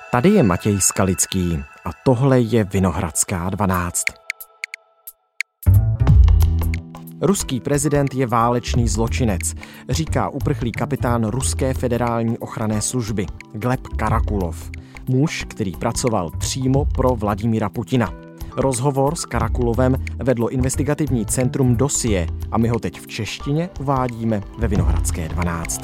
Tady je Matěj Skalický a tohle je Vinohradská 12. Ruský prezident je válečný zločinec, říká uprchlý kapitán Ruské federální ochranné služby Gleb Karakulov, muž, který pracoval přímo pro Vladimíra Putina. Rozhovor s Karakulovem vedlo investigativní centrum Dosie a my ho teď v češtině uvádíme ve Vinohradské 12.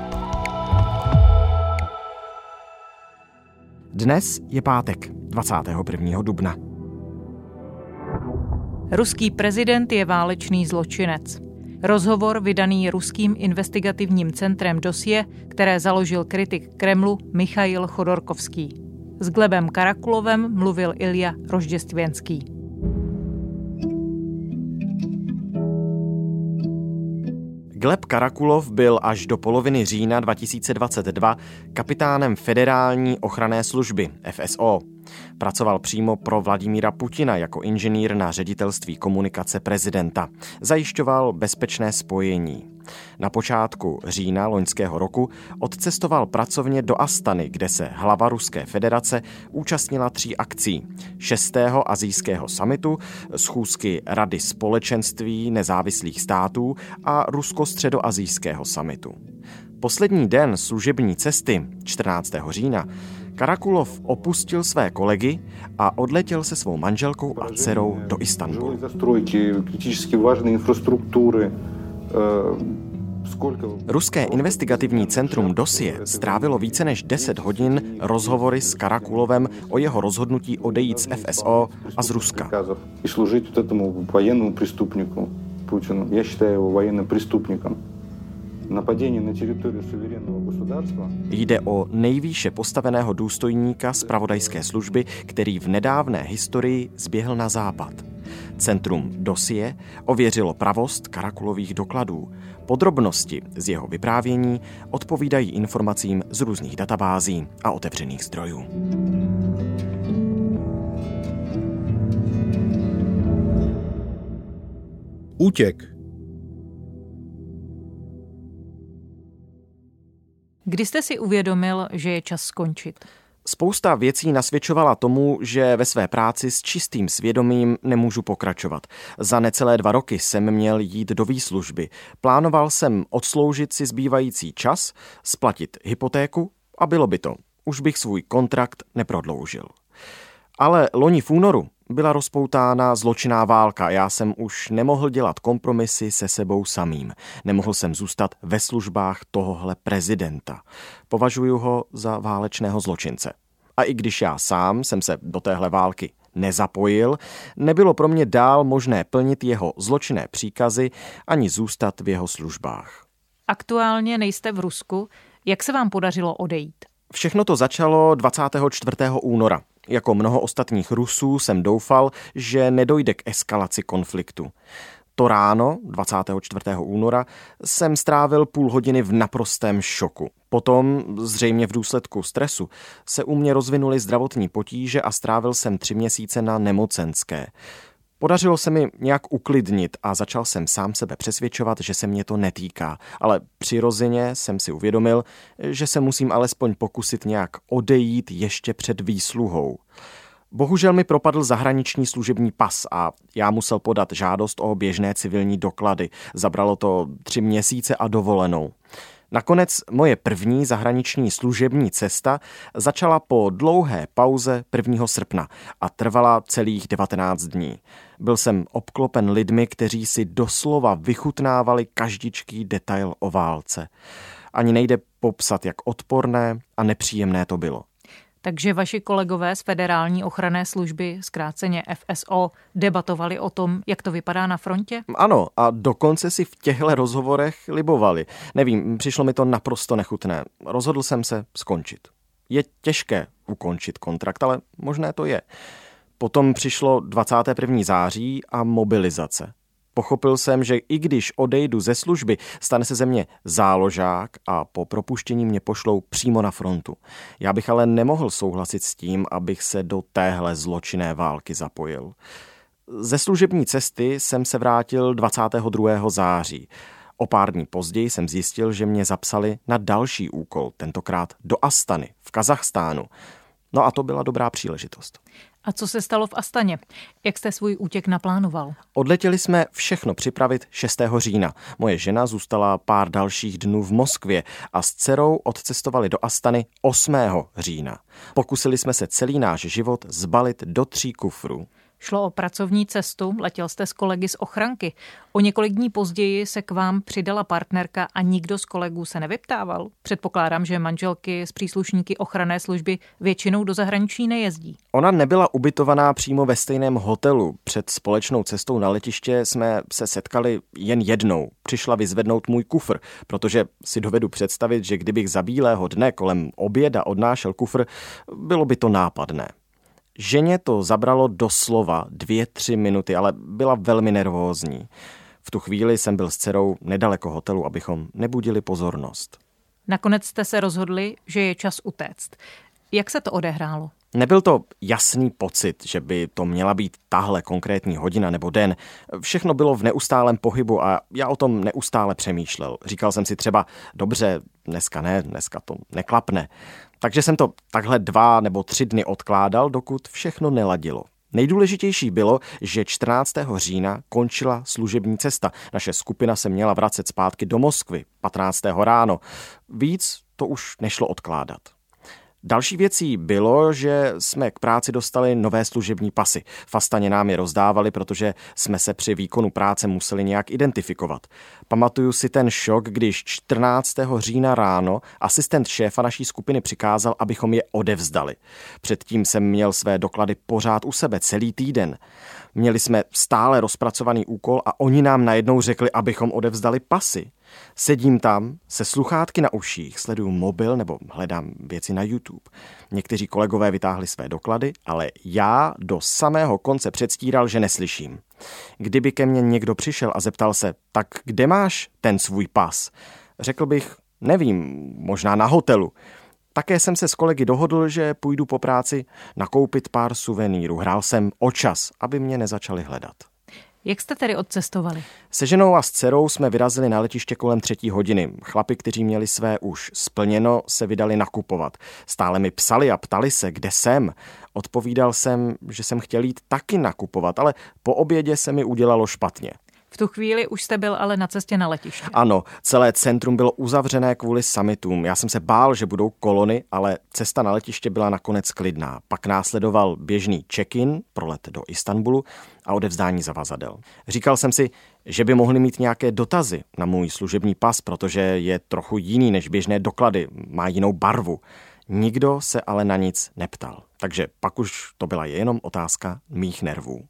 Dnes je pátek, 21. dubna. Ruský prezident je válečný zločinec. Rozhovor vydaný ruským investigativním centrem Dosie, které založil kritik Kremlu Michail Chodorkovský. S Glebem Karakulovem mluvil Ilja Rožděstvěnský. Gleb Karakulov byl až do poloviny října 2022 kapitánem Federální ochranné služby FSO. Pracoval přímo pro Vladimíra Putina jako inženýr na ředitelství komunikace prezidenta. Zajišťoval bezpečné spojení. Na počátku října loňského roku odcestoval pracovně do Astany, kde se hlava Ruské federace účastnila 3 akcí. 6. asijského summitu, schůzky Rady společenství nezávislých států a rusko-středoasijského summitu. Poslední den služební cesty, 14. října, Karakulov opustil své kolegy a odletěl se svou manželkou a dcerou do Istanbulu. Ruské investigativní centrum Dosie strávilo více než 10 hodin rozhovory s Karakulovem o jeho rozhodnutí odejít z FSO a z Ruska. Jde o nejvýše postaveného důstojníka zpravodajské služby, který v nedávné historii zběhl na západ. Centrum Dosie ověřilo pravost Karakulových dokladů. Podrobnosti z jeho vyprávění odpovídají informacím z různých databází a otevřených zdrojů. Útěk. Kdy jste si uvědomil, že je čas skončit? Spousta věcí nasvědčovala tomu, že ve své práci s čistým svědomím nemůžu pokračovat. Za necelé 2 roky jsem měl jít do výslužby. Plánoval jsem odsloužit si zbývající čas, splatit hypotéku a bylo by to. Už bych svůj kontrakt neprodloužil. Ale loni v únoru byla rozpoutána zločinná válka a já jsem už nemohl dělat kompromisy se sebou samým. Nemohl jsem zůstat ve službách tohohle prezidenta. Považuji ho za válečného zločince. A i když já sám jsem se do téhle války nezapojil, nebylo pro mě dál možné plnit jeho zločinné příkazy ani zůstat v jeho službách. Aktuálně nejste v Rusku. Jak se vám podařilo odejít? Všechno to začalo 24. února. Jako mnoho ostatních Rusů jsem doufal, že nedojde k eskalaci konfliktu. To ráno, 24. února, jsem strávil půl hodiny v naprostém šoku. Potom, zřejmě v důsledku stresu, se u mě rozvinuly zdravotní potíže a strávil jsem 3 měsíce na nemocenské. Podařilo se mi nějak uklidnit a začal jsem sám sebe přesvědčovat, že se mě to netýká. Ale přirozeně jsem si uvědomil, že se musím alespoň pokusit nějak odejít ještě před výsluhou. Bohužel mi propadl zahraniční služební pas a já musel podat žádost o běžné civilní doklady. Zabralo to 3 měsíce a dovolenou. Nakonec moje první zahraniční služební cesta začala po dlouhé pauze 1. srpna a trvala celých 19 dní. Byl jsem obklopen lidmi, kteří si doslova vychutnávali každičký detail o válce. Ani nejde popsat, jak odporné a nepříjemné to bylo. Takže vaši kolegové z Federální ochranné služby, zkráceně FSO, debatovali o tom, jak to vypadá na frontě? Ano, a dokonce si v těchto rozhovorech libovali. Nevím, přišlo mi to naprosto nechutné. Rozhodl jsem se skončit. Je těžké ukončit kontrakt, ale možné to je. Potom přišlo 21. září a mobilizace. Pochopil jsem, že i když odejdu ze služby, stane se ze mě záložák a po propuštění mě pošlou přímo na frontu. Já bych ale nemohl souhlasit s tím, abych se do téhle zločinné války zapojil. Ze služební cesty jsem se vrátil 22. září. O pár dní později jsem zjistil, že mě zapsali na další úkol, tentokrát do Astany v Kazachstánu. No a to byla dobrá příležitost. A co se stalo v Astaně? Jak jste svůj útěk naplánoval? Odletěli jsme všechno připravit 6. října. Moje žena zůstala pár dalších dnů v Moskvě a s dcerou odcestovali do Astany 8. října. Pokusili jsme se celý náš život zbalit do 3 kufrů. Šlo o pracovní cestu, letěl jste s kolegy z ochranky. O několik dní později se k vám přidala partnerka a nikdo z kolegů se nevyptával. Předpokládám, že manželky s příslušníky ochranné služby většinou do zahraničí nejezdí. Ona nebyla ubytovaná přímo ve stejném hotelu. Před společnou cestou na letiště jsme se setkali jen jednou. Přišla vyzvednout můj kufr, protože si dovedu představit, že kdybych za bílého dne kolem oběda odnášel kufr, bylo by to nápadné. Ženě to zabralo doslova 2-3 minuty, ale byla velmi nervózní. V tu chvíli jsem byl s dcerou nedaleko hotelu, abychom nebudili pozornost. Nakonec jste se rozhodli, že je čas utéct. Jak se to odehrálo? Nebyl to jasný pocit, že by to měla být tahle konkrétní hodina nebo den. Všechno bylo v neustálém pohybu a já o tom neustále přemýšlel. Říkal jsem si třeba, dobře, dneska to neklapne. Takže jsem to takhle 2 nebo 3 dny odkládal, dokud všechno neladilo. Nejdůležitější bylo, že 14. října končila služební cesta. Naše skupina se měla vracet zpátky do Moskvy 15. ráno. Víc to už nešlo odkládat. Další věcí bylo, že jsme k práci dostali nové služební pasy. V Astaně nám je rozdávali, protože jsme se při výkonu práce museli nějak identifikovat. Pamatuju si ten šok, když 14. října ráno asistent šéfa naší skupiny přikázal, abychom je odevzdali. Předtím jsem měl své doklady pořád u sebe celý týden. Měli jsme stále rozpracovaný úkol a oni nám najednou řekli, abychom odevzdali pasy. Sedím tam se sluchátky na uších, sleduju mobil nebo hledám věci na YouTube. Někteří kolegové vytáhli své doklady, ale já do samého konce předstíral, že neslyším. Kdyby ke mně někdo přišel a zeptal se, tak kde máš ten svůj pas? Řekl bych, nevím, možná na hotelu. Také jsem se s kolegy dohodl, že půjdu po práci nakoupit pár suvenýrů. Hrál jsem o čas, aby mě nezačali hledat. Jak jste tedy odcestovali? Se ženou a s dcerou jsme vyrazili na letiště kolem 3. hodiny. Chlapi, kteří měli své už splněno, se vydali nakupovat. Stále mi psali a ptali se, kde jsem. Odpovídal jsem, že jsem chtěl jít taky nakupovat, ale po obědě se mi udělalo špatně. V tu chvíli už jste byl ale na cestě na letiště. Ano, celé centrum bylo uzavřené kvůli summitům. Já jsem se bál, že budou kolony, ale cesta na letiště byla nakonec klidná. Pak následoval běžný check-in pro let do Istanbulu a odevzdání zavazadel. Říkal jsem si, že by mohli mít nějaké dotazy na můj služební pas, protože je trochu jiný než běžné doklady, má jinou barvu. Nikdo se ale na nic neptal. Takže pak už to byla jenom otázka mých nervů.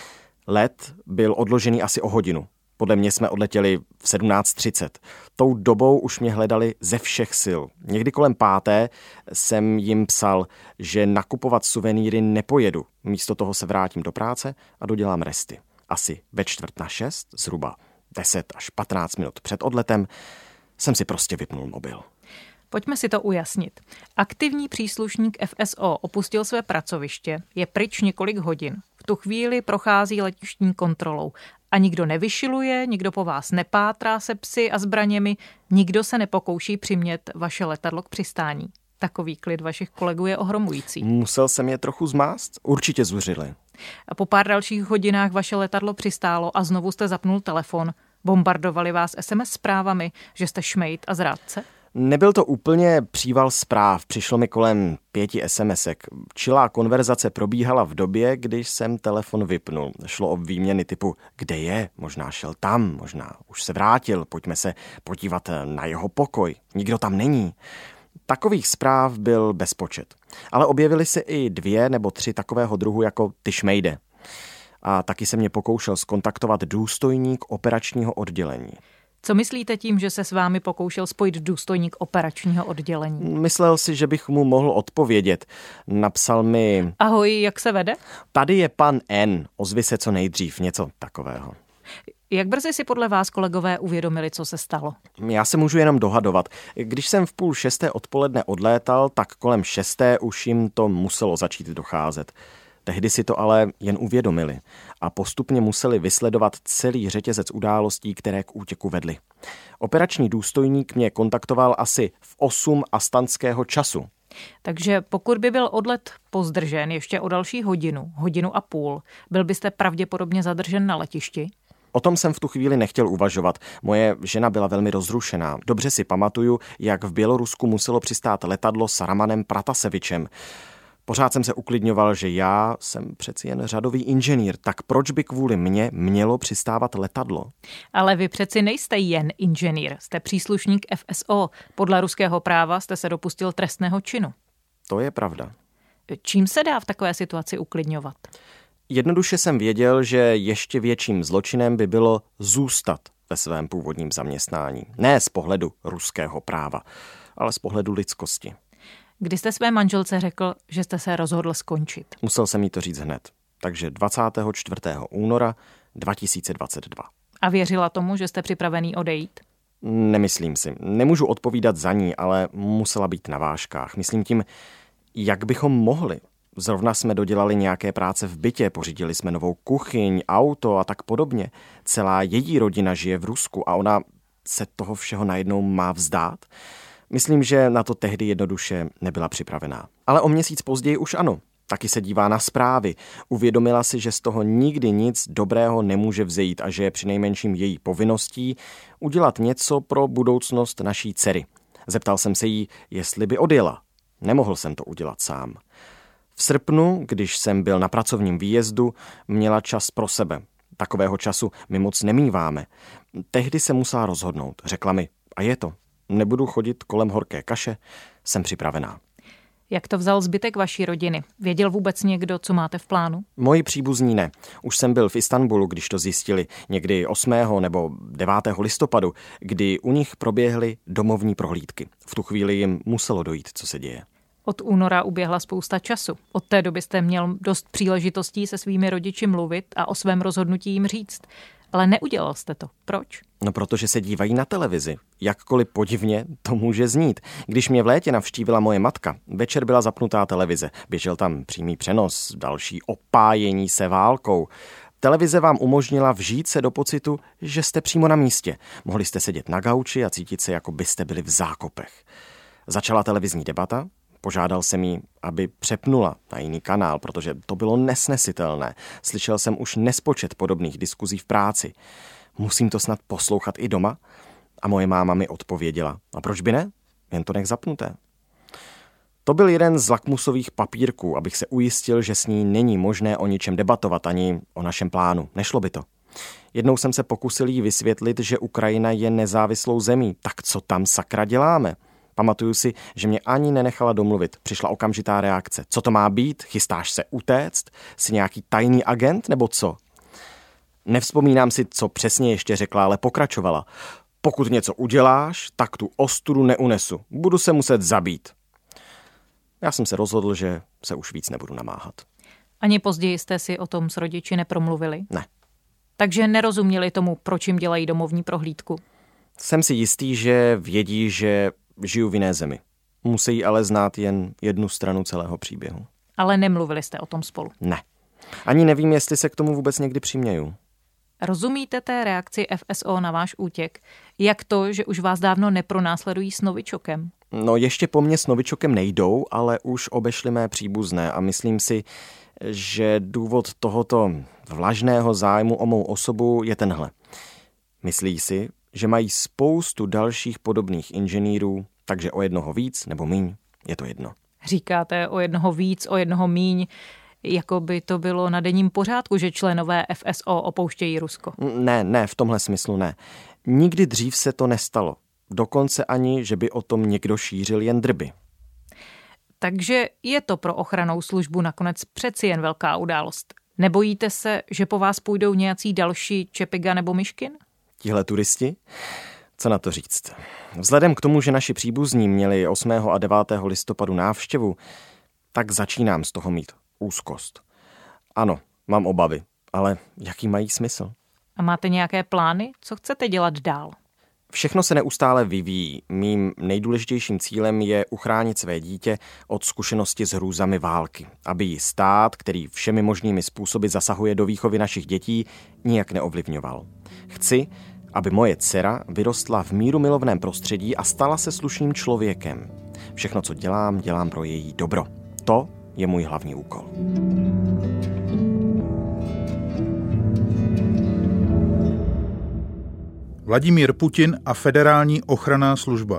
Let byl odložený asi o hodinu. Podle mě jsme odletěli v 17:30. Tou dobou už mě hledali ze všech sil. Někdy kolem 5. jsem jim psal, že nakupovat suvenýry nepojedu. Místo toho se vrátím do práce a dodělám resty. Asi ve 5:45, zhruba 10 až 15 minut před odletem, jsem si prostě vypnul mobil. Pojďme si to ujasnit. Aktivní příslušník FSO opustil své pracoviště, je pryč několik hodin. V tu chvíli prochází letištní kontrolou a nikdo nevyšiluje, nikdo po vás nepátrá se psy a zbraněmi, nikdo se nepokouší přimět vaše letadlo k přistání. Takový klid vašich kolegů je ohromující. Musel jsem je trochu zmást? Určitě zuřili. A po pár dalších hodinách vaše letadlo přistálo a znovu jste zapnul telefon. Bombardovali vás SMS zprávami, že jste šmejd a zrádce? Nebyl to úplně příval zpráv, přišlo mi kolem 5 SMSek. Čilá konverzace probíhala v době, když jsem telefon vypnul. Šlo o výměny typu, kde je, možná šel tam, možná už se vrátil, pojďme se podívat na jeho pokoj, nikdo tam není. Takových zpráv byl bezpočet, ale objevily se i 2 nebo 3 takového druhu jako ty šmejde. A taky se mě pokoušel zkontaktovat důstojník operačního oddělení. Co myslíte tím, že se s vámi pokoušel spojit důstojník operačního oddělení? Myslel si, že bych mu mohl odpovědět. Napsal mi... Ahoj, jak se vede? Tady je pan N, ozvi se co nejdřív, něco takového. Jak brzy si podle vás kolegové uvědomili, co se stalo? Já se můžu jenom dohadovat. Když jsem v 5:30 odpoledne odlétal, tak kolem 6 už jim to muselo začít docházet. Tehdy si to ale jen uvědomili a postupně museli vysledovat celý řetězec událostí, které k útěku vedly. Operační důstojník mě kontaktoval asi v 8 astanského času. Takže pokud by byl odlet pozdržen ještě o další hodinu a půl, byl byste pravděpodobně zadržen na letišti? O tom jsem v tu chvíli nechtěl uvažovat. Moje žena byla velmi rozrušená. Dobře si pamatuju, jak v Bělorusku muselo přistát letadlo s Ramanem Pratasevičem. Pořád jsem se uklidňoval, že já jsem přeci jen řadový inženýr, tak proč by kvůli mně mělo přistávat letadlo? Ale vy přeci nejste jen inženýr, jste příslušník FSO. Podle ruského práva jste se dopustil trestného činu. To je pravda. Čím se dá v takové situaci uklidňovat? Jednoduše jsem věděl, že ještě větším zločinem by bylo zůstat ve svém původním zaměstnání. Ne z pohledu ruského práva, ale z pohledu lidskosti. Kdy jste své manželce řekl, že jste se rozhodl skončit? Musel jsem jí to říct hned. Takže 24. února 2022. A věřila tomu, že jste připravený odejít? Nemyslím si. Nemůžu odpovídat za ní, ale musela být na vážkách. Myslím tím, jak bychom mohli. Zrovna jsme dodělali nějaké práce v bytě, pořídili jsme novou kuchyň, auto a tak podobně. Celá její rodina žije v Rusku a ona se toho všeho najednou má vzdát. Myslím, že na to tehdy jednoduše nebyla připravená. Ale o měsíc později už ano. Taky se dívá na zprávy. Uvědomila si, že z toho nikdy nic dobrého nemůže vzejít a že je přinejmenším její povinností udělat něco pro budoucnost naší dcery. Zeptal jsem se jí, jestli by odjela. Nemohl jsem to udělat sám. V srpnu, když jsem byl na pracovním výjezdu, měla čas pro sebe. Takového času my moc nemíváme. Tehdy se musela rozhodnout. Řekla mi, a je to. Nebudu chodit kolem horké kaše, jsem připravená. Jak to vzal zbytek vaší rodiny? Věděl vůbec někdo, co máte v plánu? Moji příbuzní ne. Už jsem byl v Istanbulu, když to zjistili, někdy 8. nebo 9. listopadu, kdy u nich proběhly domovní prohlídky. V tu chvíli jim muselo dojít, co se děje. Od února uběhla spousta času. Od té doby jste měl dost příležitostí se svými rodiči mluvit a o svém rozhodnutí jim říct. Ale neudělal jste to. Proč? No, protože se dívají na televizi. Jakkoliv podivně to může znít. Když mě v létě navštívila moje matka, večer byla zapnutá televize. Běžel tam přímý přenos, další opájení se válkou. Televize vám umožnila vžít se do pocitu, že jste přímo na místě. Mohli jste sedět na gauči a cítit se, jako byste byli v zákopech. Začala televizní debata. Požádal jsem jí, aby přepnula na jiný kanál, protože to bylo nesnesitelné. Slyšel jsem už nespočet podobných diskuzí v práci. Musím to snad poslouchat i doma? A moje máma mi odpověděla. A proč by ne? Jen to nech zapnuté. To byl jeden z lakmusových papírků, abych se ujistil, že s ní není možné o ničem debatovat, ani o našem plánu. Nešlo by to. Jednou jsem se pokusil jí vysvětlit, že Ukrajina je nezávislou zemí. Tak co tam sakra děláme? Pamatuju si, že mě ani nenechala domluvit. Přišla okamžitá reakce. Co to má být? Chystáš se utéct? Jsi nějaký tajný agent nebo co? Nevzpomínám si, co přesně ještě řekla, ale pokračovala. Pokud něco uděláš, tak tu ostudu neunesu. Budu se muset zabít. Já jsem se rozhodl, že se už víc nebudu namáhat. Ani později jste si o tom s rodiči nepromluvili? Ne. Takže nerozuměli tomu, proč jim dělají domovní prohlídku? Jsem si jistý, že vědí, že žiju v jiné zemi. Musí ale znát jen jednu stranu celého příběhu. Ale nemluvili jste o tom spolu? Ne. Ani nevím, jestli se k tomu vůbec někdy přiměju. Rozumíte té reakci FSO na váš útěk? Jak to, že už vás dávno nepronásledují s novičokem? No, ještě po mně s novičokem nejdou, ale už obešli mé příbuzné a myslím si, že důvod tohoto vlažného zájmu o mou osobu je tenhle. Myslí si, že mají spoustu dalších podobných inženýrů, takže o jednoho víc nebo míň je to jedno. Říkáte o jednoho víc, o jednoho míň, jako by to bylo na denním pořádku, že členové FSO opouštějí Rusko. Ne, v tomhle smyslu ne. Nikdy dřív se to nestalo. Dokonce ani, že by o tom někdo šířil jen drby. Takže je to pro ochrannou službu nakonec přeci jen velká událost. Nebojíte se, že po vás půjdou nějací další Čepiga nebo Myškin? Tihle turisti? Co na to říct? Vzhledem k tomu, že naši příbuzní měli 8. a 9. listopadu návštěvu, tak začínám z toho mít úzkost. Ano, mám obavy, ale jaký mají smysl? A máte nějaké plány? Co chcete dělat dál? Všechno se neustále vyvíjí. Mým nejdůležitějším cílem je uchránit své dítě od zkušenosti s hrůzami války, aby ji stát, který všemi možnými způsoby zasahuje do výchovy našich dětí, nijak neovlivňoval. Chci, aby moje dcera vyrostla v mírumilovném prostředí a stala se slušným člověkem. Všechno, co dělám, dělám pro její dobro. To je můj hlavní úkol. Vladimír Putin a Federální ochranná služba.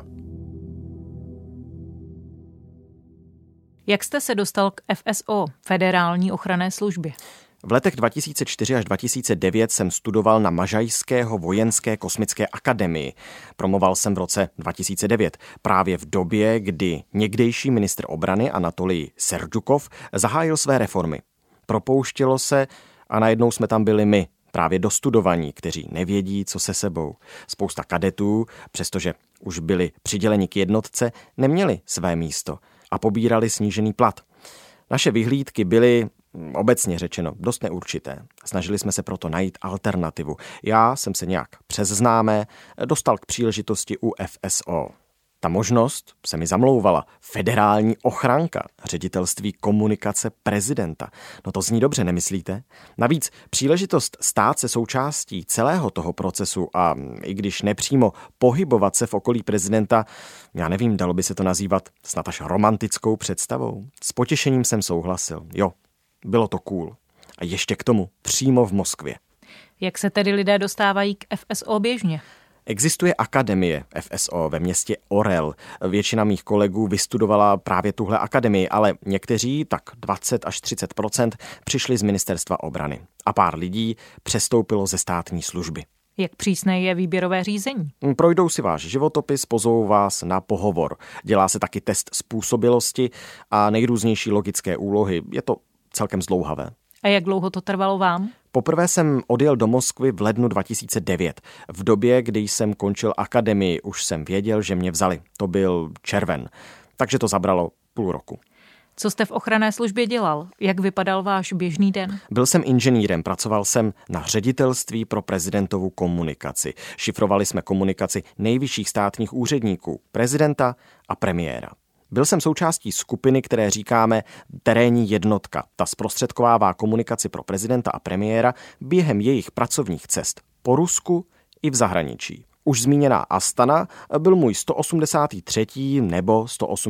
Jak jste se dostal k FSO, Federální ochranné službě? V letech 2004 až 2009 jsem studoval na Mažajského vojenské kosmické akademii. Promoval jsem v roce 2009, právě v době, kdy někdejší ministr obrany Anatolij Serdjukov zahájil své reformy. Propouštělo se a najednou jsme tam byli my, právě dostudovaní, kteří nevědí, co se sebou. Spousta kadetů, přestože už byli přiděleni k jednotce, neměli své místo a pobírali snížený plat. Naše vyhlídky byly, obecně řečeno, dost neurčité. Snažili jsme se proto najít alternativu. Já jsem se nějak přes známé dostal k příležitosti u FSO. Ta možnost se mi zamlouvala. Federální ochranka, ředitelství komunikace prezidenta. No to zní dobře, nemyslíte? Navíc příležitost stát se součástí celého toho procesu a i když nepřímo pohybovat se v okolí prezidenta, já nevím, dalo by se to nazývat snad až romantickou představou. S potěšením jsem souhlasil. Jo, bylo to cool. A ještě k tomu přímo v Moskvě. Jak se tedy lidé dostávají k FSO běžně? Existuje akademie FSO ve městě Orel. Většina mých kolegů vystudovala právě tuhle akademii, ale někteří, tak 20 až 30%, přišli z ministerstva obrany. A pár lidí přestoupilo ze státní služby. Jak přísné je výběrové řízení? Projdou si váš životopis, pozvou vás na pohovor. Dělá se taky test způsobilosti a nejrůznější logické úlohy. Je to celkem zdlouhavé. A jak dlouho to trvalo vám? Poprvé jsem odjel do Moskvy v lednu 2009. V době, kdy jsem končil akademii, už jsem věděl, že mě vzali. To byl červen. Takže to zabralo půl roku. Co jste v ochranné službě dělal? Jak vypadal váš běžný den? Byl jsem inženýrem, pracoval jsem na ředitelství pro prezidentovu komunikaci. Šifrovali jsme komunikaci nejvyšších státních úředníků, prezidenta a premiéra. Byl jsem součástí skupiny, které říkáme terénní jednotka. Ta zprostředkovává komunikaci pro prezidenta a premiéra během jejich pracovních cest po Rusku i v zahraničí. Už zmíněná Astana byl můj 183. nebo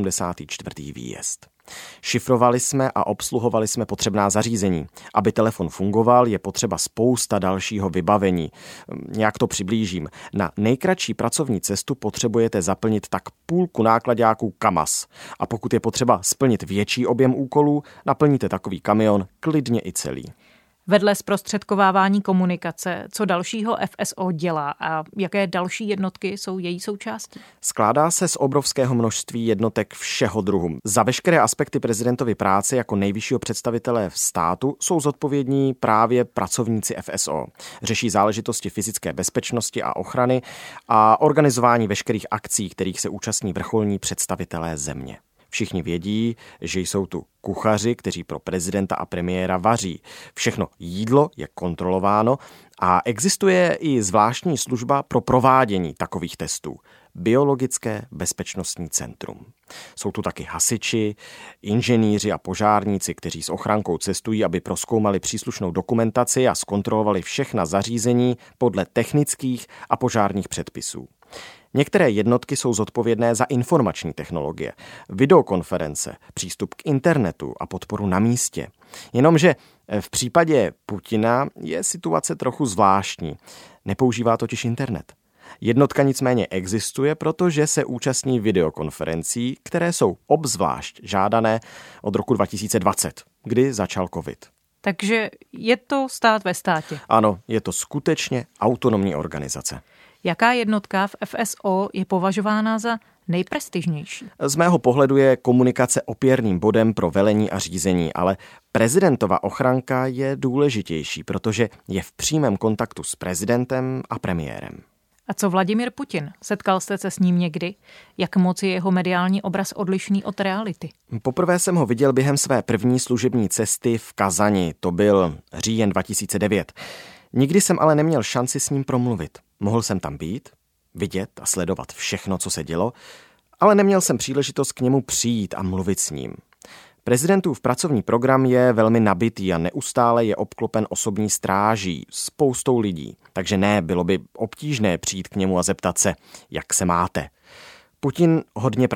184. výjezd. Šifrovali jsme a obsluhovali jsme potřebná zařízení. Aby telefon fungoval, je potřeba spousta dalšího vybavení. Nějak to přiblížím. Na nejkratší pracovní cestu potřebujete zaplnit tak půlku náklaďáků KAMAZ. A pokud je potřeba splnit větší objem úkolů, naplníte takový kamion klidně i celý. Vedle zprostředkovávání komunikace, co dalšího FSO dělá a jaké další jednotky jsou její součástí? Skládá se z obrovského množství jednotek všeho druhu. Za veškeré aspekty prezidentovy práce jako nejvyššího představitele v státu jsou zodpovědní právě pracovníci FSO. Řeší záležitosti fyzické bezpečnosti a ochrany a organizování veškerých akcí, kterých se účastní vrcholní představitelé země. Všichni vědí, že jsou tu kuchaři, kteří pro prezidenta a premiéra vaří. Všechno jídlo je kontrolováno a existuje i zvláštní služba pro provádění takových testů. Biologické bezpečnostní centrum. Jsou tu taky hasiči, inženýři a požárníci, kteří s ochrankou cestují, aby prozkoumali příslušnou dokumentaci a zkontrolovali všechna zařízení podle technických a požárních předpisů. Některé jednotky jsou zodpovědné za informační technologie, videokonference, přístup k internetu a podporu na místě. Jenomže v případě Putina je situace trochu zvláštní. Nepoužívá totiž internet. Jednotka nicméně existuje, protože se účastní videokonferencí, které jsou obzvlášť žádané od roku 2020, kdy začal covid. Takže je to stát ve státě. Ano, je to skutečně autonomní organizace. Jaká jednotka v FSO je považována za nejprestižnější? Z mého pohledu je komunikace opěrným bodem pro velení a řízení, ale prezidentova ochranka je důležitější, protože je v přímém kontaktu s prezidentem a premiérem. A co Vladimír Putin? Setkal jste se s ním někdy? Jak moc je jeho mediální obraz odlišný od reality? Poprvé jsem ho viděl během své první služební cesty v Kazani. To byl říjen 2009. Nikdy jsem ale neměl šanci s ním promluvit. Mohl jsem tam být, vidět a sledovat všechno, co se dělo, ale neměl jsem příležitost k němu přijít a mluvit s ním. Prezidentův pracovní program je velmi nabitý a neustále je obklopen osobní stráží, spoustou lidí. Takže ne, bylo by obtížné přijít k němu a zeptat se, jak se máte. Putin hodně pracuje.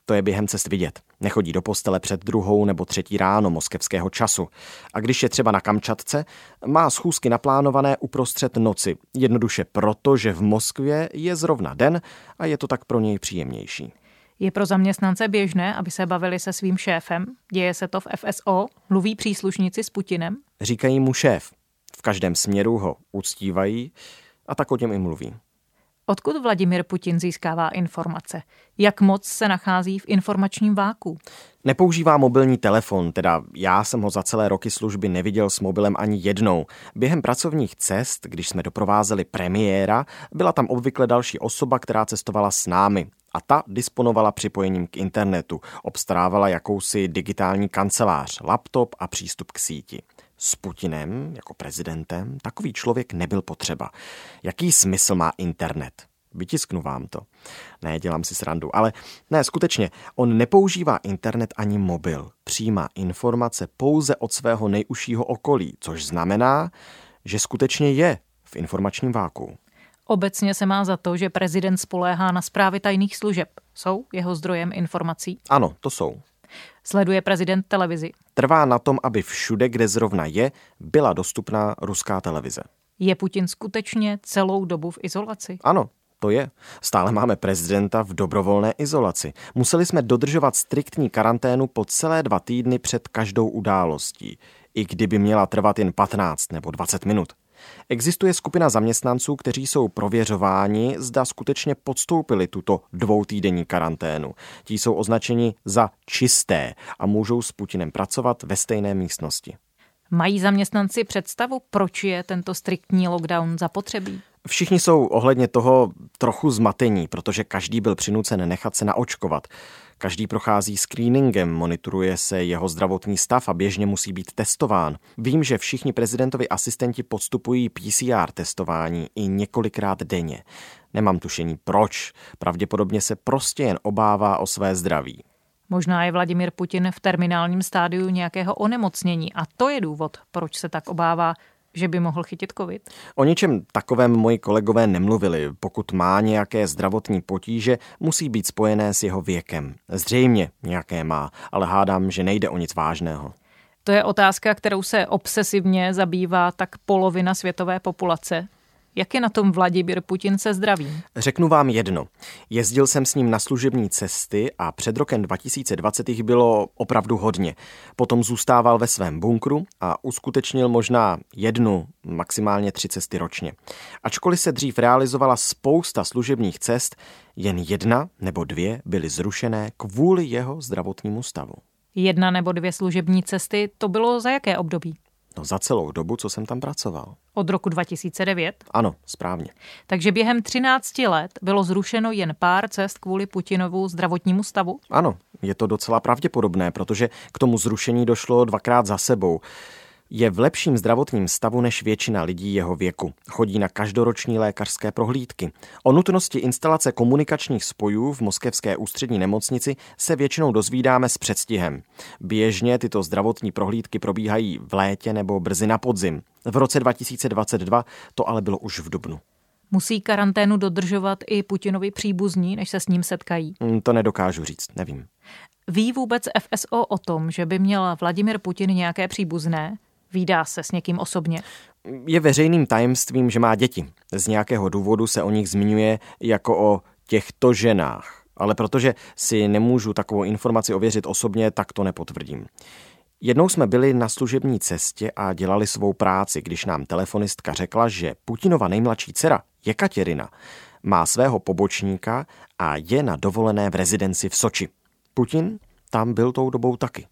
To je během cest vidět. Nechodí do postele před 2. nebo 3. ráno moskevského času. A když je třeba na Kamčatce, má schůzky naplánované uprostřed noci. Jednoduše proto, že v Moskvě je zrovna den a je to tak pro něj příjemnější. Je pro zaměstnance běžné, aby se bavili se svým šéfem? Děje se to v FSO? Mluví příslušníci s Putinem? Říkají mu šéf. V každém směru ho uctívají a tak o něm i mluví. Odkud Vladimir Putin získává informace? Jak moc se nachází v informačním váku? Nepoužívá mobilní telefon, teda já jsem ho za celé roky služby neviděl s mobilem ani jednou. Během pracovních cest, když jsme doprovázeli premiéra, byla tam obvykle další osoba, která cestovala s námi. A ta disponovala připojením k internetu, obstarávala jakousi digitální kancelář, laptop a přístup k síti. S Putinem, jako prezidentem, takový člověk nebyl potřeba. Jaký smysl má internet? Vytisknu vám to. Ne, dělám si srandu, ale ne, skutečně, on nepoužívá internet ani mobil. Přijímá informace pouze od svého nejužšího okolí, což znamená, že skutečně je v informačním váku. Obecně se má za to, že prezident spoléhá na zprávy tajných služeb. Jsou jeho zdrojem informací? Ano, to jsou. Sleduje prezident televizi? Trvá na tom, aby všude, kde zrovna je, byla dostupná ruská televize. Je Putin skutečně celou dobu v izolaci? Ano, to je. Stále máme prezidenta v dobrovolné izolaci. Museli jsme dodržovat striktní karanténu po celé 2 týdny před každou událostí, i kdyby měla trvat jen 15 nebo 20 minut. Existuje skupina zaměstnanců, kteří jsou prověřováni, zda skutečně podstoupili tuto 2týdenní karanténu. Ti jsou označeni za čisté a můžou s Putinem pracovat ve stejné místnosti. Mají zaměstnanci představu, proč je tento striktní lockdown zapotřebí? Všichni jsou ohledně toho trochu zmatení, protože každý byl přinucen nechat se naočkovat. Každý prochází screeningem, monitoruje se jeho zdravotní stav a běžně musí být testován. Vím, že všichni prezidentovi asistenti podstupují PCR testování i několikrát denně. Nemám tušení proč, pravděpodobně se prostě jen obává o své zdraví. Možná je Vladimír Putin v terminálním stádiu nějakého onemocnění a to je důvod, proč se tak obává, že by mohl chytit covid. O ničem takovém moji kolegové nemluvili. Pokud má nějaké zdravotní potíže, musí být spojené s jeho věkem. Zřejmě nějaké má, ale hádám, že nejde o nic vážného. To je otázka, kterou se obsesivně zabývá tak polovina světové populace. Jak je na tom Vladimír Putin se zdravím? Řeknu vám jedno. Jezdil jsem s ním na služební cesty a před rokem 2020 jich bylo opravdu hodně. Potom zůstával ve svém bunkru a uskutečnil možná 1, maximálně 3 cesty ročně. Ačkoliv se dřív realizovala spousta služebních cest, jen 1 nebo 2 byly zrušené kvůli jeho zdravotnímu stavu. 1 nebo 2 služební cesty, to bylo za jaké období? No za celou dobu, co jsem tam pracoval. Od roku 2009? Ano, správně. Takže během 13 let bylo zrušeno jen pár cest kvůli Putinovu zdravotnímu stavu? Ano, je to docela pravděpodobné, protože k tomu zrušení došlo 2krát za sebou. Je v lepším zdravotním stavu než většina lidí jeho věku. Chodí na každoroční lékařské prohlídky. O nutnosti instalace komunikačních spojů v moskevské ústřední nemocnici se většinou dozvídáme s předstihem. Běžně tyto zdravotní prohlídky probíhají v létě nebo brzy na podzim. V roce 2022 to ale bylo už v dubnu. Musí karanténu dodržovat i Putinovi příbuzní, než se s ním setkají? To nedokážu říct, nevím. Ví vůbec FSO o tom, že by měl Vladimír Putin nějaké příbuzné? Vídá se s někým osobně? Je veřejným tajemstvím, že má děti. Z nějakého důvodu se o nich zmiňuje jako o těchto ženách. Ale protože si nemůžu takovou informaci ověřit osobně, tak to nepotvrdím. Jednou jsme byli na služební cestě a dělali svou práci, když nám telefonistka řekla, že Putinova nejmladší dcera, Jekatěrina, má svého pobočníka a je na dovolené v rezidenci v Soči. Putin tam byl tou dobou taky.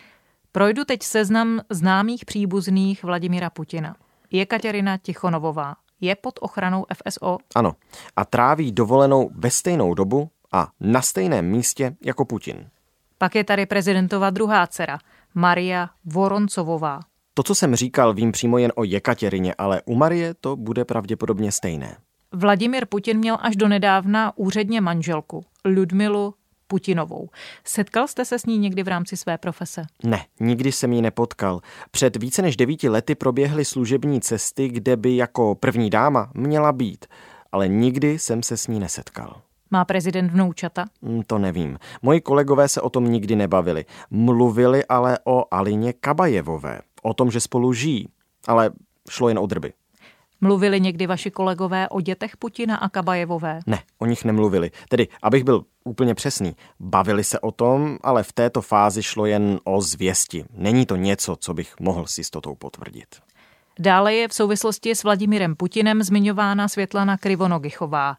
Projdu teď seznam známých příbuzných Vladimíra Putina. Jekatěrina Tichonovová je pod ochranou FSO? Ano. A tráví dovolenou ve stejnou dobu a na stejném místě jako Putin. Pak je tady prezidentova druhá dcera, Maria Voroncovová. To, co jsem říkal, vím přímo jen o Jekatěrině, ale u Marie to bude pravděpodobně stejné. Vladimír Putin měl až donedávna úředně manželku, Ludmilu Putinovou. Setkal jste se s ní někdy v rámci své profese? Ne, nikdy jsem ji nepotkal. Před více než 9 lety proběhly služební cesty, kde by jako první dáma měla být, ale nikdy jsem se s ní nesetkal. Má prezident vnoučata? To nevím. Moji kolegové se o tom nikdy nebavili. Mluvili ale o Alině Kabajevové. O tom, že spolu žijí. Ale šlo jen o drby. Mluvili někdy vaši kolegové o dětech Putina a Kabajevové? Ne, o nich nemluvili. Tedy, abych byl úplně přesný, bavili se o tom, ale v této fázi šlo jen o zvěsti. Není to něco, co bych mohl s jistotou potvrdit. Dále je v souvislosti s Vladimirem Putinem zmiňována Světlana Krivonogichová.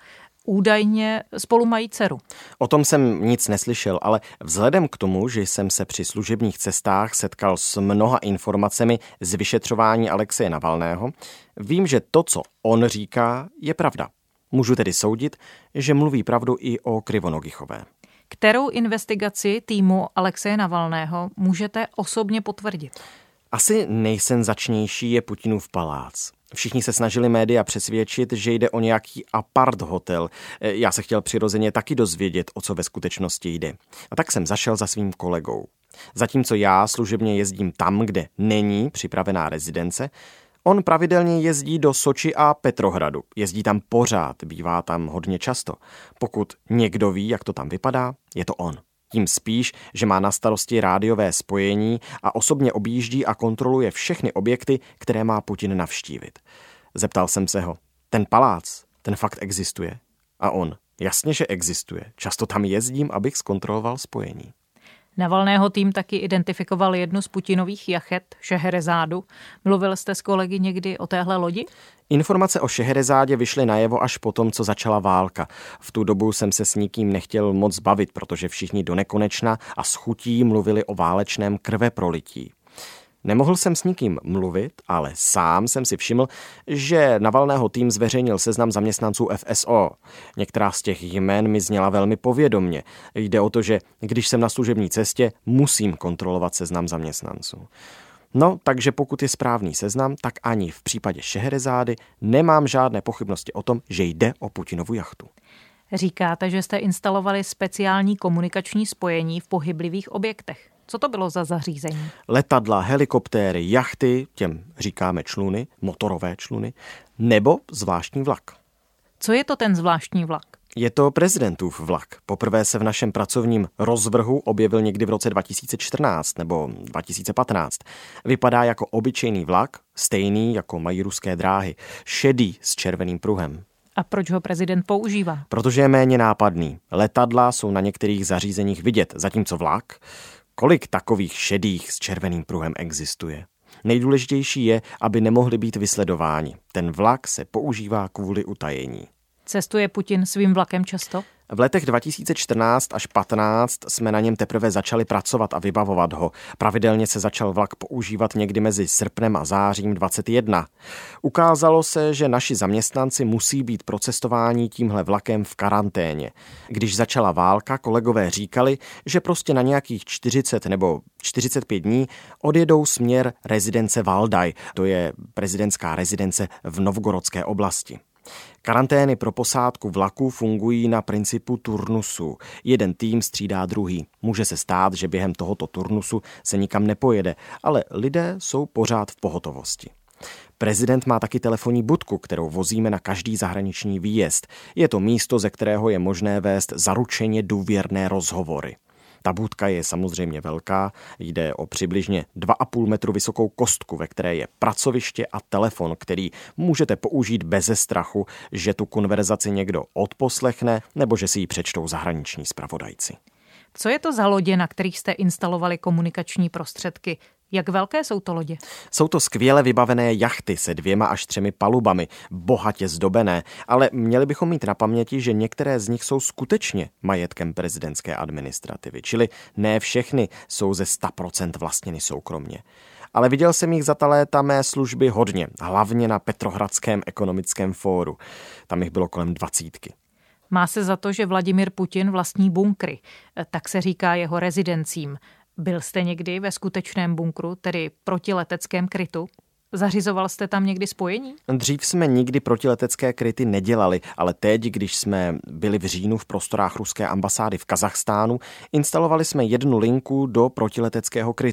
Údajně spolu mají dceru. O tom jsem nic neslyšel, ale vzhledem k tomu, že jsem se při služebních cestách setkal s mnoha informacemi z vyšetřování Alexeje Navalného, vím, že to, co on říká, je pravda. Můžu tedy soudit, že mluví pravdu i o Krivonogichové. Kterou investigaci týmu Alexeje Navalného můžete osobně potvrdit? Asi nejsenzačnější je Putinův palác. Všichni se snažili média přesvědčit, že jde o nějaký apart hotel. Já se chtěl přirozeně taky dozvědět, o co ve skutečnosti jde. A tak jsem zašel za svým kolegou. Zatímco já služebně jezdím tam, kde není připravená rezidence, on pravidelně jezdí do Soči a Petrohradu. Jezdí tam pořád, bývá tam hodně často. Pokud někdo ví, jak to tam vypadá, je to on. Tím spíš, že má na starosti rádiové spojení a osobně objíždí a kontroluje všechny objekty, které má Putin navštívit. Zeptal jsem se ho, ten palác, ten fakt existuje? A on, jasně, že existuje. Často tam jezdím, abych zkontroloval spojení. Navalného tým taky identifikoval jednu z Putinových jachet, Šeherezádu. Mluvil jste s kolegy někdy o téhle lodi? Informace o Šeherezádě vyšly najevo až po tom, co začala válka. V tu dobu jsem se s nikým nechtěl moc bavit, protože všichni donekonečna a s chutí mluvili o válečném krveprolití. Nemohl jsem s nikým mluvit, ale sám jsem si všiml, že Navalného tým zveřejnil seznam zaměstnanců FSO. Některá z těch jmen mi zněla velmi povědomně. Jde o to, že když jsem na služební cestě, musím kontrolovat seznam zaměstnanců. No, takže pokud je správný seznam, tak ani v případě Šeherezády nemám žádné pochybnosti o tom, že jde o Putinovu jachtu. Říkáte, že jste instalovali speciální komunikační spojení v pohyblivých objektech. Co to bylo za zařízení? Letadla, helikoptéry, jachty, těm říkáme čluny, motorové čluny, nebo zvláštní vlak. Co je to ten zvláštní vlak? Je to prezidentův vlak. Poprvé se v našem pracovním rozvrhu objevil někdy v roce 2014 nebo 2015. Vypadá jako obyčejný vlak, stejný jako mají ruské dráhy, šedý s červeným pruhem. A proč ho prezident používá? Protože je méně nápadný. Letadla jsou na některých zařízeních vidět, zatímco vlak, kolik takových šedých s červeným pruhem existuje? Nejdůležitější je, aby nemohli být vysledováni. Ten vlak se používá kvůli utajení. Cestuje Putin svým vlakem často? V letech 2014 až 15 jsme na něm teprve začali pracovat a vybavovat ho. Pravidelně se začal vlak používat někdy mezi srpnem a zářím 21. Ukázalo se, že naši zaměstnanci musí být pro cestování tímhle vlakem v karanténě. Když začala válka, kolegové říkali, že prostě na nějakých 40 nebo 45 dní odjedou směr rezidence Valdaj. To je prezidentská rezidence v Novgorodské oblasti. Karantény pro posádku vlaku fungují na principu turnusu. Jeden tým střídá druhý. Může se stát, že během tohoto turnusu se nikam nepojede, ale lidé jsou pořád v pohotovosti. Prezident má taky telefonní budku, kterou vozíme na každý zahraniční výjezd. Je to místo, ze kterého je možné vést zaručeně důvěrné rozhovory. Ta budka je samozřejmě velká, jde o přibližně 2,5 metru vysokou kostku, ve které je pracoviště a telefon, který můžete použít beze strachu, že tu konverzaci někdo odposlechne nebo že si ji přečtou zahraniční zpravodajci. Co je to za lodě, na kterých jste instalovali komunikační prostředky? Jak velké jsou to lodě? Jsou to skvěle vybavené jachty se 2 až 3 palubami, bohatě zdobené, ale měli bychom mít na paměti, že některé z nich jsou skutečně majetkem prezidentské administrativy, čili ne všechny jsou ze 100% vlastněny soukromně. Ale viděl jsem jich za ta léta mé služby hodně, hlavně na Petrohradském ekonomickém fóru. Tam jich bylo kolem 20. Má se za to, že Vladimir Putin vlastní bunkry, tak se říká jeho rezidencím. Byl jste někdy ve skutečném bunkru, tedy protileteckém krytu? Zařizoval jste tam někdy spojení? Dřív jsme nikdy protiletecké kryty nedělali, ale teď, když jsme byli v říjnu v prostorách ruské ambasády v Kazachstánu, instalovali jsme jednu linku do protileteckého krytu.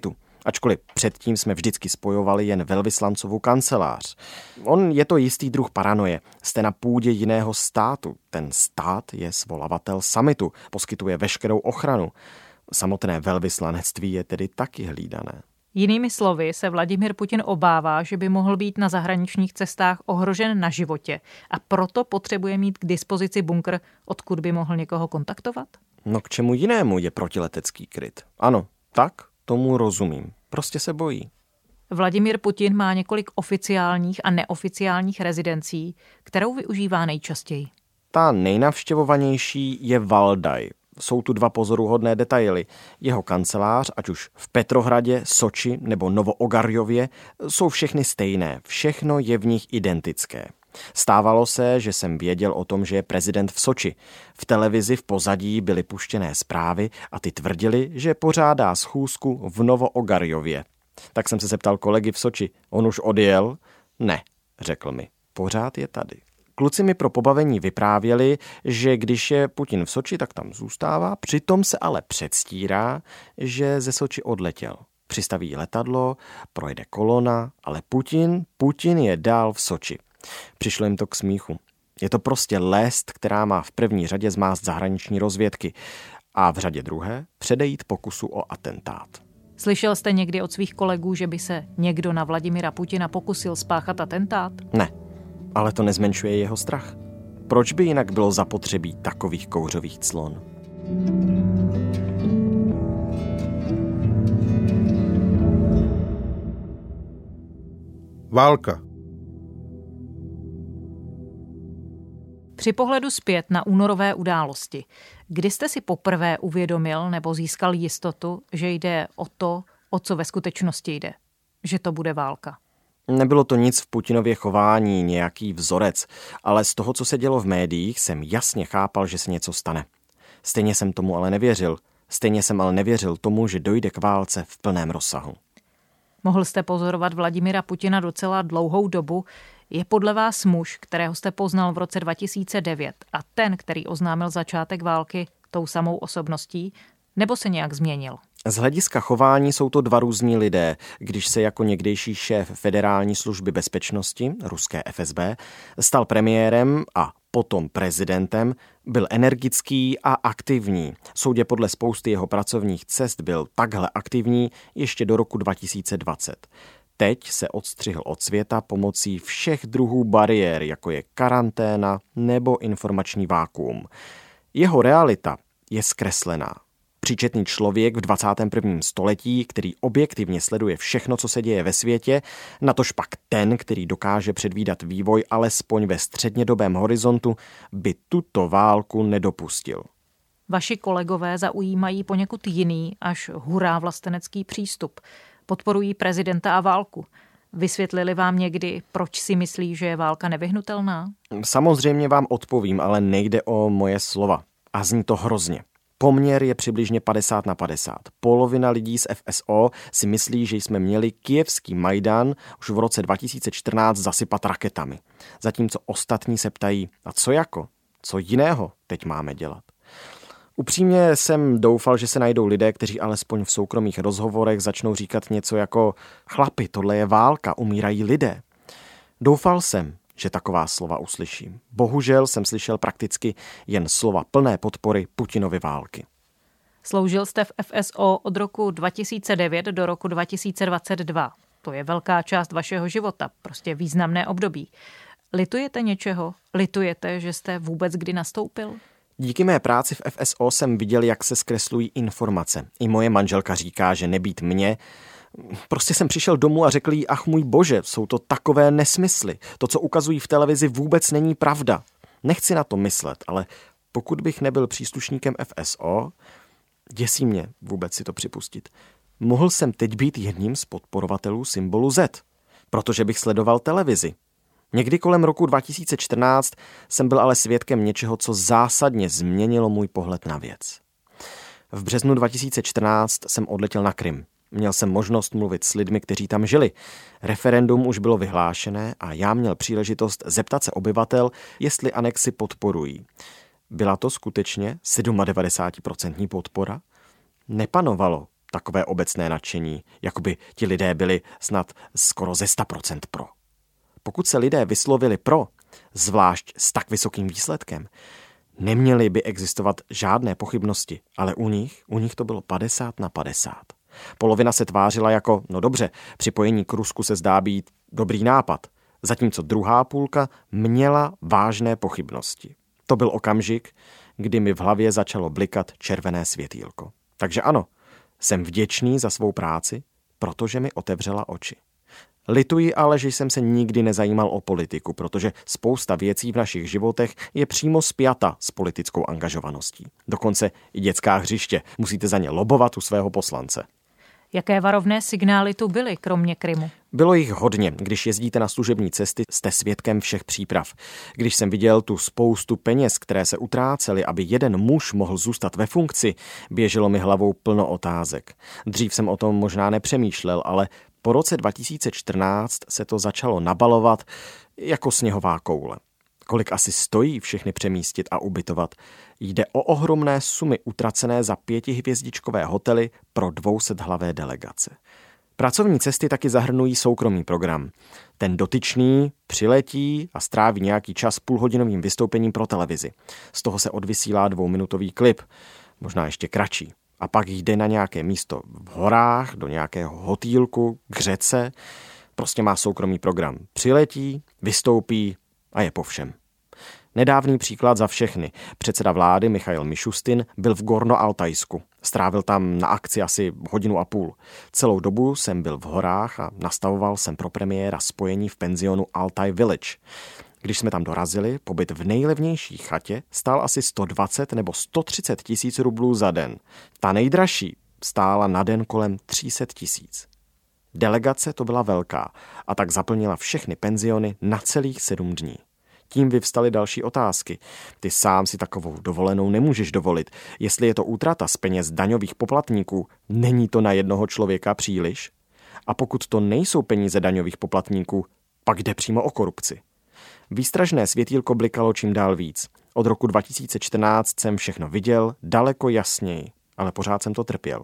ačkoliv předtím jsme vždycky spojovali jen velvyslancovu kancelář. On je to jistý druh paranoje. Jste na půdě jiného státu. Ten stát je svolavatel summitu, poskytuje veškerou ochranu. Samotné velvyslanectví je tedy taky hlídané. Jinými slovy se Vladimír Putin obává, že by mohl být na zahraničních cestách ohrožen na životě a proto potřebuje mít k dispozici bunkr, odkud by mohl někoho kontaktovat? No k čemu jinému je protiletecký kryt? Ano, tak tomu rozumím. Prostě se bojí. Vladimír Putin má několik oficiálních a neoficiálních rezidencí, kterou využívá nejčastěji. Ta nejnavštěvovanější je Valdaj. Jsou tu dva pozoruhodné detaily. Jeho kancelář, ať už v Petrohradě, Soči nebo Novoogarjově, jsou všechny stejné. Všechno je v nich identické. Stávalo se, že jsem věděl o tom, že je prezident v Soči. V televizi v pozadí byly puštěné zprávy a ty tvrdili, že pořádá schůzku v Novoogarjově. Tak jsem se zeptal kolegy v Soči, on už odjel? Ne, řekl mi, pořád je tady. Kluci mi pro pobavení vyprávěli, že když je Putin v Soči, tak tam zůstává, přitom se ale předstírá, že ze Soči odletěl. Přistaví letadlo, projede kolona, ale Putin je dál v Soči. Přišlo jim to k smíchu. Je to prostě lest, která má v první řadě zmást zahraniční rozvědky a v řadě druhé předejít pokusu o atentát. Slyšel jste někdy od svých kolegů, že by se někdo na Vladimira Putina pokusil spáchat atentát? Ne, ale to nezmenšuje jeho strach. Proč by jinak bylo zapotřebí takových kouřových clon? Válka. Při pohledu zpět na únorové události, kdy jste si poprvé uvědomil nebo získal jistotu, že jde o to, o co ve skutečnosti jde? Že to bude válka? Nebylo to nic v Putinově chování, nějaký vzorec, ale z toho, co se dělo v médiích, jsem jasně chápal, že se něco stane. Stejně jsem tomu ale nevěřil. Stejně jsem ale nevěřil tomu, že dojde k válce v plném rozsahu. Mohl jste pozorovat Vladimira Putina docela dlouhou dobu. Je podle vás muž, kterého jste poznal v roce 2009 a ten, který oznámil začátek války, tou samou osobností, nebo se nějak změnil? Z hlediska chování jsou to dva různí lidé. Když se jako někdejší šéf Federální služby bezpečnosti, ruské FSB, stal premiérem a potom prezidentem, byl energický a aktivní. Soudě podle spousty jeho pracovních cest byl takhle aktivní ještě do roku 2020. Teď se odstřihl od světa pomocí všech druhů bariér, jako je karanténa nebo informační vákuum. Jeho realita je zkreslená. Příčetný člověk v 21. století, který objektivně sleduje všechno, co se děje ve světě, natož pak ten, který dokáže předvídat vývoj alespoň ve střednědobém horizontu, by tuto válku nedopustil. Vaši kolegové zaujímají poněkud jiný, až hurá vlastenecký přístup. Podporují prezidenta a válku. Vysvětlili vám někdy, proč si myslí, že je válka nevyhnutelná? Samozřejmě vám odpovím, ale nejde o moje slova. A zní to hrozně. Poměr je přibližně 50/50. Polovina lidí z FSO si myslí, že jsme měli kyjevský Majdan už v roce 2014 zasypat raketami. Zatímco ostatní se ptají, a co jako? Co jiného teď máme dělat? Upřímně jsem doufal, že se najdou lidé, kteří alespoň v soukromých rozhovorech začnou říkat něco jako chlapi, tohle je válka, umírají lidé. Doufal jsem, že taková slova uslyším. Bohužel jsem slyšel prakticky jen slova plné podpory Putinovy války. Sloužil jste v FSO od roku 2009 do roku 2022. To je velká část vašeho života, prostě významné období. Litujete něčeho? Litujete, že jste vůbec kdy nastoupil? Díky mé práci v FSO jsem viděl, jak se zkreslují informace. I moje manželka říká, že nebýt mě. Prostě jsem přišel domů a řekl jí, ach můj bože, jsou to takové nesmysly. To, co ukazují v televizi, vůbec není pravda. Nechci na to myslet, ale pokud bych nebyl příslušníkem FSO, děsí mě vůbec si to připustit. Mohl jsem teď být jedním z podporovatelů symbolu Z, protože bych sledoval televizi. Někdy kolem roku 2014 jsem byl ale svědkem něčeho, co zásadně změnilo můj pohled na věc. V březnu 2014 jsem odletěl na Krym. Měl jsem možnost mluvit s lidmi, kteří tam žili. Referendum už bylo vyhlášené a já měl příležitost zeptat se obyvatel, jestli anexi podporují. Byla to skutečně 97% podpora? Nepanovalo takové obecné nadšení, jakoby ti lidé byli snad skoro ze 100% pro. Pokud se lidé vyslovili pro, zvlášť s tak vysokým výsledkem, neměly by existovat žádné pochybnosti, ale u nich to bylo 50/50. Polovina se tvářila jako, no dobře, připojení k Rusku se zdá být dobrý nápad, zatímco druhá půlka měla vážné pochybnosti. To byl okamžik, kdy mi v hlavě začalo blikat červené světýlko. Takže ano, jsem vděčný za svou práci, protože mi otevřela oči. Lituji ale, že jsem se nikdy nezajímal o politiku, protože spousta věcí v našich životech je přímo spjata s politickou angažovaností. Dokonce i dětská hřiště. Musíte za ně lobovat u svého poslance. Jaké varovné signály tu byly, kromě Krymu? Bylo jich hodně. Když jezdíte na služební cesty, jste svědkem všech příprav. Když jsem viděl tu spoustu peněz, které se utrácely, aby jeden muž mohl zůstat ve funkci, běželo mi hlavou plno otázek. Dřív jsem o tom možná nepřemýšlel, ale po roce 2014 se to začalo nabalovat jako sněhová koule. Kolik asi stojí všechny přemístit a ubytovat? Jde o ohromné sumy utracené za 5hvězdičkové hotely pro 200hlavé delegace. Pracovní cesty taky zahrnují soukromý program. Ten dotyčný přiletí a stráví nějaký čas půlhodinovým vystoupením pro televizi. Z toho se odvysílá 2minutový klip, možná ještě kratší. A pak jde na nějaké místo v horách, do nějakého hotýlku, k řece. Prostě má soukromý program. Přiletí, vystoupí a je po všem. Nedávný příklad za všechny. Předseda vlády Michail Mišustin byl v Gorno-Altajsku. Strávil tam na akci asi 1,5 hodiny. Celou dobu jsem byl v horách a nastavoval jsem pro premiéra spojení v penzionu Altaj Village. Když jsme tam dorazili, pobyt v nejlevnější chatě stál asi 120 nebo 130 tisíc rublů za den. Ta nejdražší stála na den kolem 300 tisíc. Delegace to byla velká a tak zaplnila všechny penziony na celých 7 dní. Tím vyvstaly další otázky. Ty sám si takovou dovolenou nemůžeš dovolit. Jestli je to útrata z peněz daňových poplatníků, není to na jednoho člověka příliš? A pokud to nejsou peníze daňových poplatníků, pak jde přímo o korupci. Výstražné světýlko blikalo čím dál víc. Od roku 2014 jsem všechno viděl daleko jasněji, ale pořád jsem to trpěl.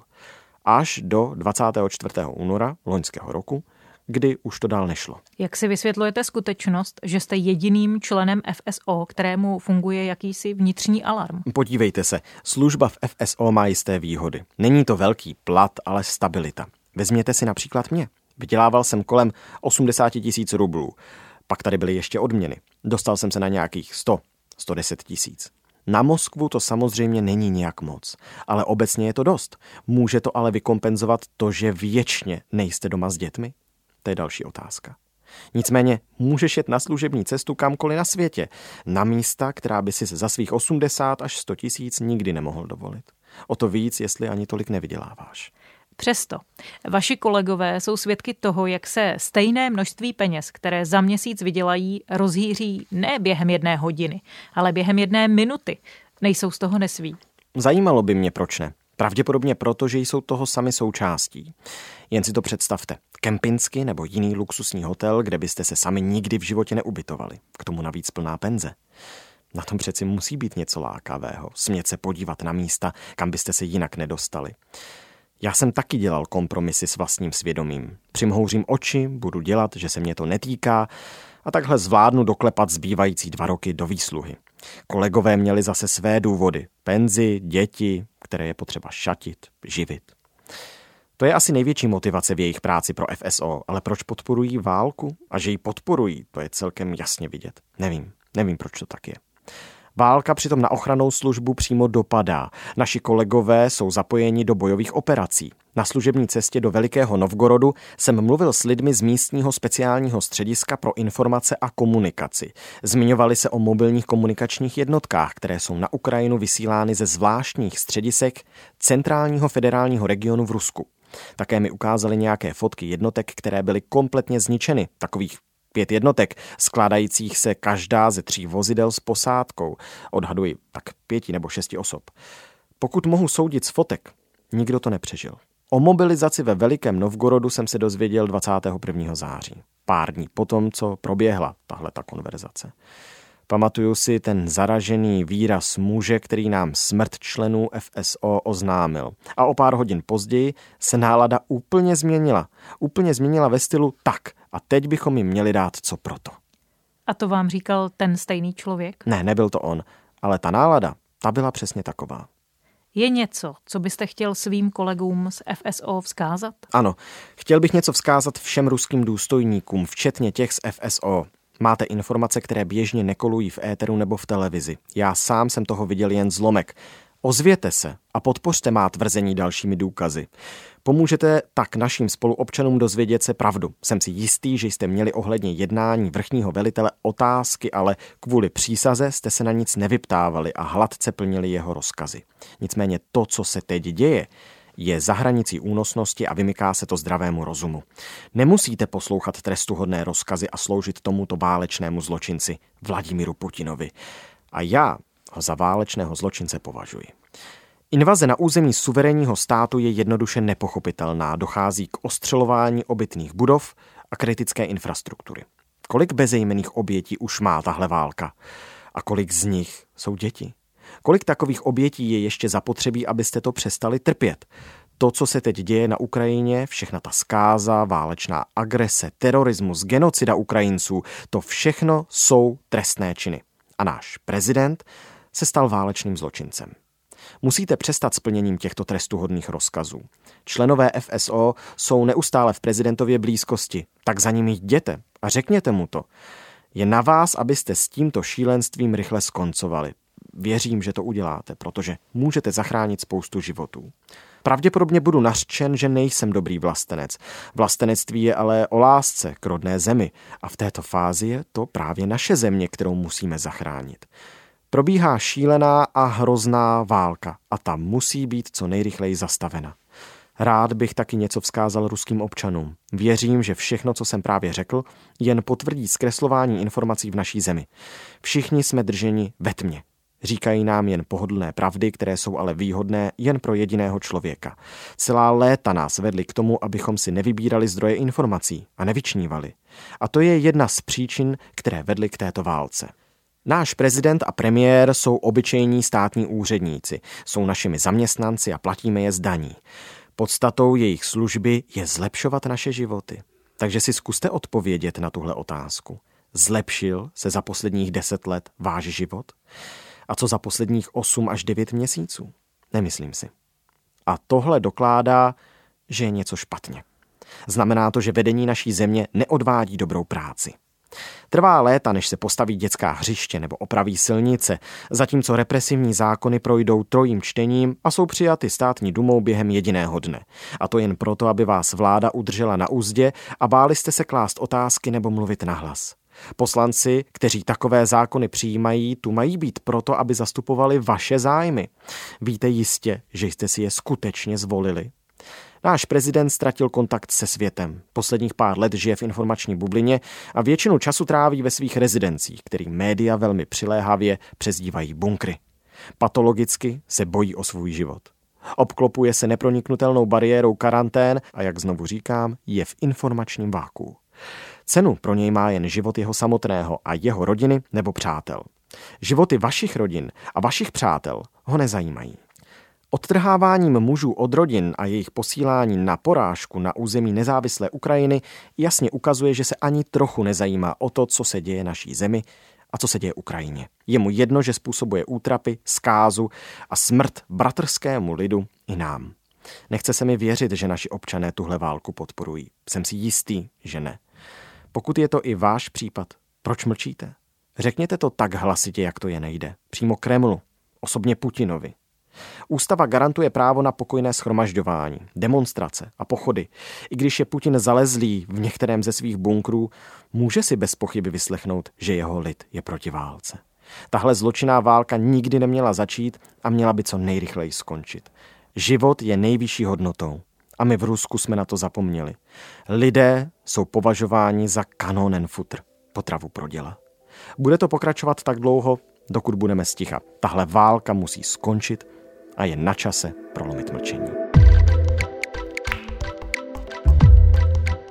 Až do 24. února loňského roku, kdy už to dál nešlo. Jak si vysvětlujete skutečnost, že jste jediným členem FSO, kterému funguje jakýsi vnitřní alarm? Podívejte se, služba v FSO má jisté výhody. Není to velký plat, ale stabilita. Vezměte si například mě. Vydělával jsem kolem 80 tisíc rublů. Pak tady byly ještě odměny. Dostal jsem se na nějakých 110 tisíc. Na Moskvu to samozřejmě není nějak moc, ale obecně je to dost. Může to ale vykompenzovat to, že věčně nejste doma s dětmi? To je další otázka. Nicméně můžeš jet na služební cestu kamkoliv na světě, na místa, která by si za svých 80 až 100 tisíc nikdy nemohl dovolit. O to víc, jestli ani tolik nevyděláváš. Přesto, vaši kolegové jsou svědky toho, jak se stejné množství peněz, které za měsíc vydělají, rozhýří ne během 1 hodiny, ale během 1 minuty. Nejsou z toho nesví. Zajímalo by mě, proč ne. Pravděpodobně proto, že jsou toho sami součástí. Jen si to představte. Kempinski nebo jiný luxusní hotel, kde byste se sami nikdy v životě neubytovali. K tomu navíc plná penze. Na tom přeci musí být něco lákavého. Smět se podívat na místa, kam byste se jinak nedostali. Já jsem taky dělal kompromisy s vlastním svědomím. Přimhouřím oči, budu dělat, že se mě to netýká a takhle zvládnu doklepat zbývající 2 roky do výsluhy. Kolegové měli zase své důvody. Penzi, děti, které je potřeba šatit, živit. To je asi největší motivace v jejich práci pro FSO, ale proč podporují válku? A že ji podporují, to je celkem jasně vidět. Nevím, proč to tak je. Válka přitom na ochrannou službu přímo dopadá. Naši kolegové jsou zapojeni do bojových operací. Na služební cestě do Velikého Novgorodu jsem mluvil s lidmi z místního speciálního střediska pro informace a komunikaci. Zmiňovali se o mobilních komunikačních jednotkách, které jsou na Ukrajinu vysílány ze zvláštních středisek centrálního federálního regionu v Rusku. Také mi ukázali nějaké fotky jednotek, které byly kompletně zničeny, takových 5 jednotek, skládajících se každá ze 3 vozidel s posádkou. Odhaduji tak 5 nebo 6 osob. Pokud mohu soudit z fotek, nikdo to nepřežil. O mobilizaci ve Velikém Novgorodu jsem se dozvěděl 21. září. Pár dní potom, co proběhla tahleta konverzace. Pamatuju si ten zaražený výraz muže, který nám smrt členů FSO oznámil. A o pár hodin později se nálada úplně změnila. Úplně změnila ve stylu tak a teď bychom jim měli dát co proto. A to vám říkal ten stejný člověk? Ne, nebyl to on, ale ta nálada, ta byla přesně taková. Je něco, co byste chtěl svým kolegům z FSO vzkázat? Ano, chtěl bych něco vzkázat všem ruským důstojníkům, včetně těch z FSO. Máte informace, které běžně nekolují v éteru nebo v televizi. Já sám jsem toho viděl jen zlomek. Ozvěte se a podpořte má tvrzení dalšími důkazy. Pomůžete tak našim spoluobčanům dozvědět se pravdu. Jsem si jistý, že jste měli ohledně jednání vrchního velitele otázky, ale kvůli přísaze jste se na nic nevyptávali a hladce plnili jeho rozkazy. Nicméně to, co se teď děje, je za hranicí únosnosti a vymyká se to zdravému rozumu. Nemusíte poslouchat trestuhodné rozkazy a sloužit tomuto válečnému zločinci Vladimíru Putinovi. A já ho za válečného zločince považuji. Invaze na území suverénního státu je jednoduše nepochopitelná. Dochází k ostřelování obytných budov a kritické infrastruktury. Kolik bezejmenných obětí už má tahle válka? A kolik z nich jsou děti? Kolik takových obětí je ještě zapotřebí, abyste to přestali trpět? To, co se teď děje na Ukrajině, všechna ta zkáza, válečná agrese, terorismus, genocida Ukrajinců, to všechno jsou trestné činy. A náš prezident se stal válečným zločincem. Musíte přestat s plněním těchto trestuhodných rozkazů. Členové FSO jsou neustále v prezidentově blízkosti, tak za nimi jděte a řekněte mu to. Je na vás, abyste s tímto šílenstvím rychle skoncovali. Věřím, že to uděláte, protože můžete zachránit spoustu životů. Pravděpodobně budu nařčen, že nejsem dobrý vlastenec. Vlastenectví je ale o lásce k rodné zemi a v této fázi je to právě naše země, kterou musíme zachránit. Probíhá šílená a hrozná válka a ta musí být co nejrychleji zastavena. Rád bych taky něco vzkázal ruským občanům. Věřím, že všechno, co jsem právě řekl, jen potvrdí zkreslování informací v naší zemi. Všichni jsme drženi ve tmě. Říkají nám jen pohodlné pravdy, které jsou ale výhodné jen pro jediného člověka. Celá léta nás vedly k tomu, abychom si nevybírali zdroje informací a nevyčnívali. A to je jedna z příčin, které vedly k této válce. Náš prezident a premiér jsou obyčejní státní úředníci, jsou našimi zaměstnanci a platíme je z daní. Podstatou jejich služby je zlepšovat naše životy. Takže si zkuste odpovědět na tuhle otázku. Zlepšil se za posledních 10 let váš život? A co za posledních 8 až 9 měsíců? Nemyslím si. A tohle dokládá, že je něco špatně. Znamená to, že vedení naší země neodvádí dobrou práci. Trvá léta, než se postaví dětská hřiště nebo opraví silnice, zatímco represivní zákony projdou 3. čtením a jsou přijaty státní dumou během jediného dne. A to jen proto, aby vás vláda udržela na uzdě a báli jste se klást otázky nebo mluvit nahlas. Poslanci, kteří takové zákony přijímají, tu mají být proto, aby zastupovali vaše zájmy. Víte jistě, že jste si je skutečně zvolili? Náš prezident ztratil kontakt se světem. Posledních pár let žije v informační bublině a většinu času tráví ve svých rezidencích, který média velmi přiléhavě přezdívají bunkry. Patologicky se bojí o svůj život. Obklopuje se neproniknutelnou bariérou karantén a, jak znovu říkám, je v informačním vákuu. Cenu pro něj má jen život jeho samotného a jeho rodiny nebo přátel. Životy vašich rodin a vašich přátel ho nezajímají. Odtrháváním mužů od rodin a jejich posílání na porážku na území nezávislé Ukrajiny jasně ukazuje, že se ani trochu nezajímá o to, co se děje naší zemi a co se děje Ukrajině. Je mu jedno, že způsobuje útrapy, zkázu a smrt bratrskému lidu i nám. Nechce se mi věřit, že naši občané tuhle válku podporují. Jsem si jistý, že ne. Pokud je to i váš případ, proč mlčíte? Řekněte to tak hlasitě, jak to je nejde. Přímo Kremlu, osobně Putinovi. Ústava garantuje právo na pokojné shromažďování, demonstrace a pochody. I když je Putin zalezlý v některém ze svých bunkrů, může si bez pochyby vyslechnout, že jeho lid je proti válce. Tahle zločinná válka nikdy neměla začít a měla by co nejrychleji skončit. Život je nejvyšší hodnotou a my v Rusku jsme na to zapomněli. Lidé jsou považováni za kanonenfutr, potravu pro děla. Bude to pokračovat tak dlouho, dokud budeme sticha. Tahle válka musí skončit a je na čase prolomit mlčení.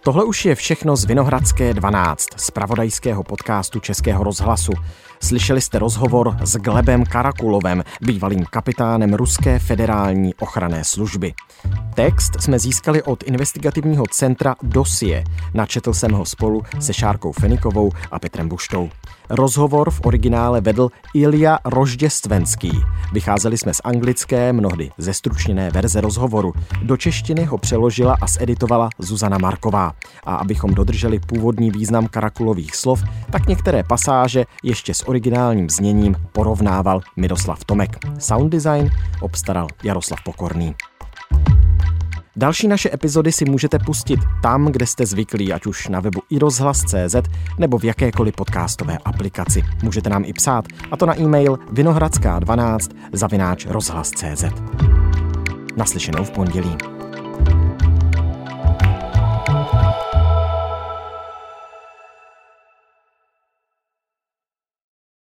Tohle už je všechno z Vinohradské 12, z zpravodajského podcastu Českého rozhlasu. Slyšeli jste rozhovor s Glebem Karakulovem, bývalým kapitánem Ruské federální ochranné služby. Text jsme získali od investigativního centra Dosie. Načetl jsem ho spolu se Šárkou Fenikovou a Petrem Buštou. Rozhovor v originále vedl Ilja Rožděstvenský. Vycházeli jsme z anglické, mnohdy zestručněné verze rozhovoru. Do češtiny ho přeložila a zeditovala Zuzana Marková. A abychom dodrželi původní význam Karakulových slov, tak některé pasáže ještě s originálním zněním porovnával Miroslav Tomek. Sound design obstaral Jaroslav Pokorný. Další naše epizody si můžete pustit tam, kde jste zvyklí, ať už na webu iRozhlas.cz nebo v jakékoliv podcastové aplikaci. Můžete nám i psát, a to na e-mail vinohradská12@rozhlas.cz. Naslyšenou v pondělí.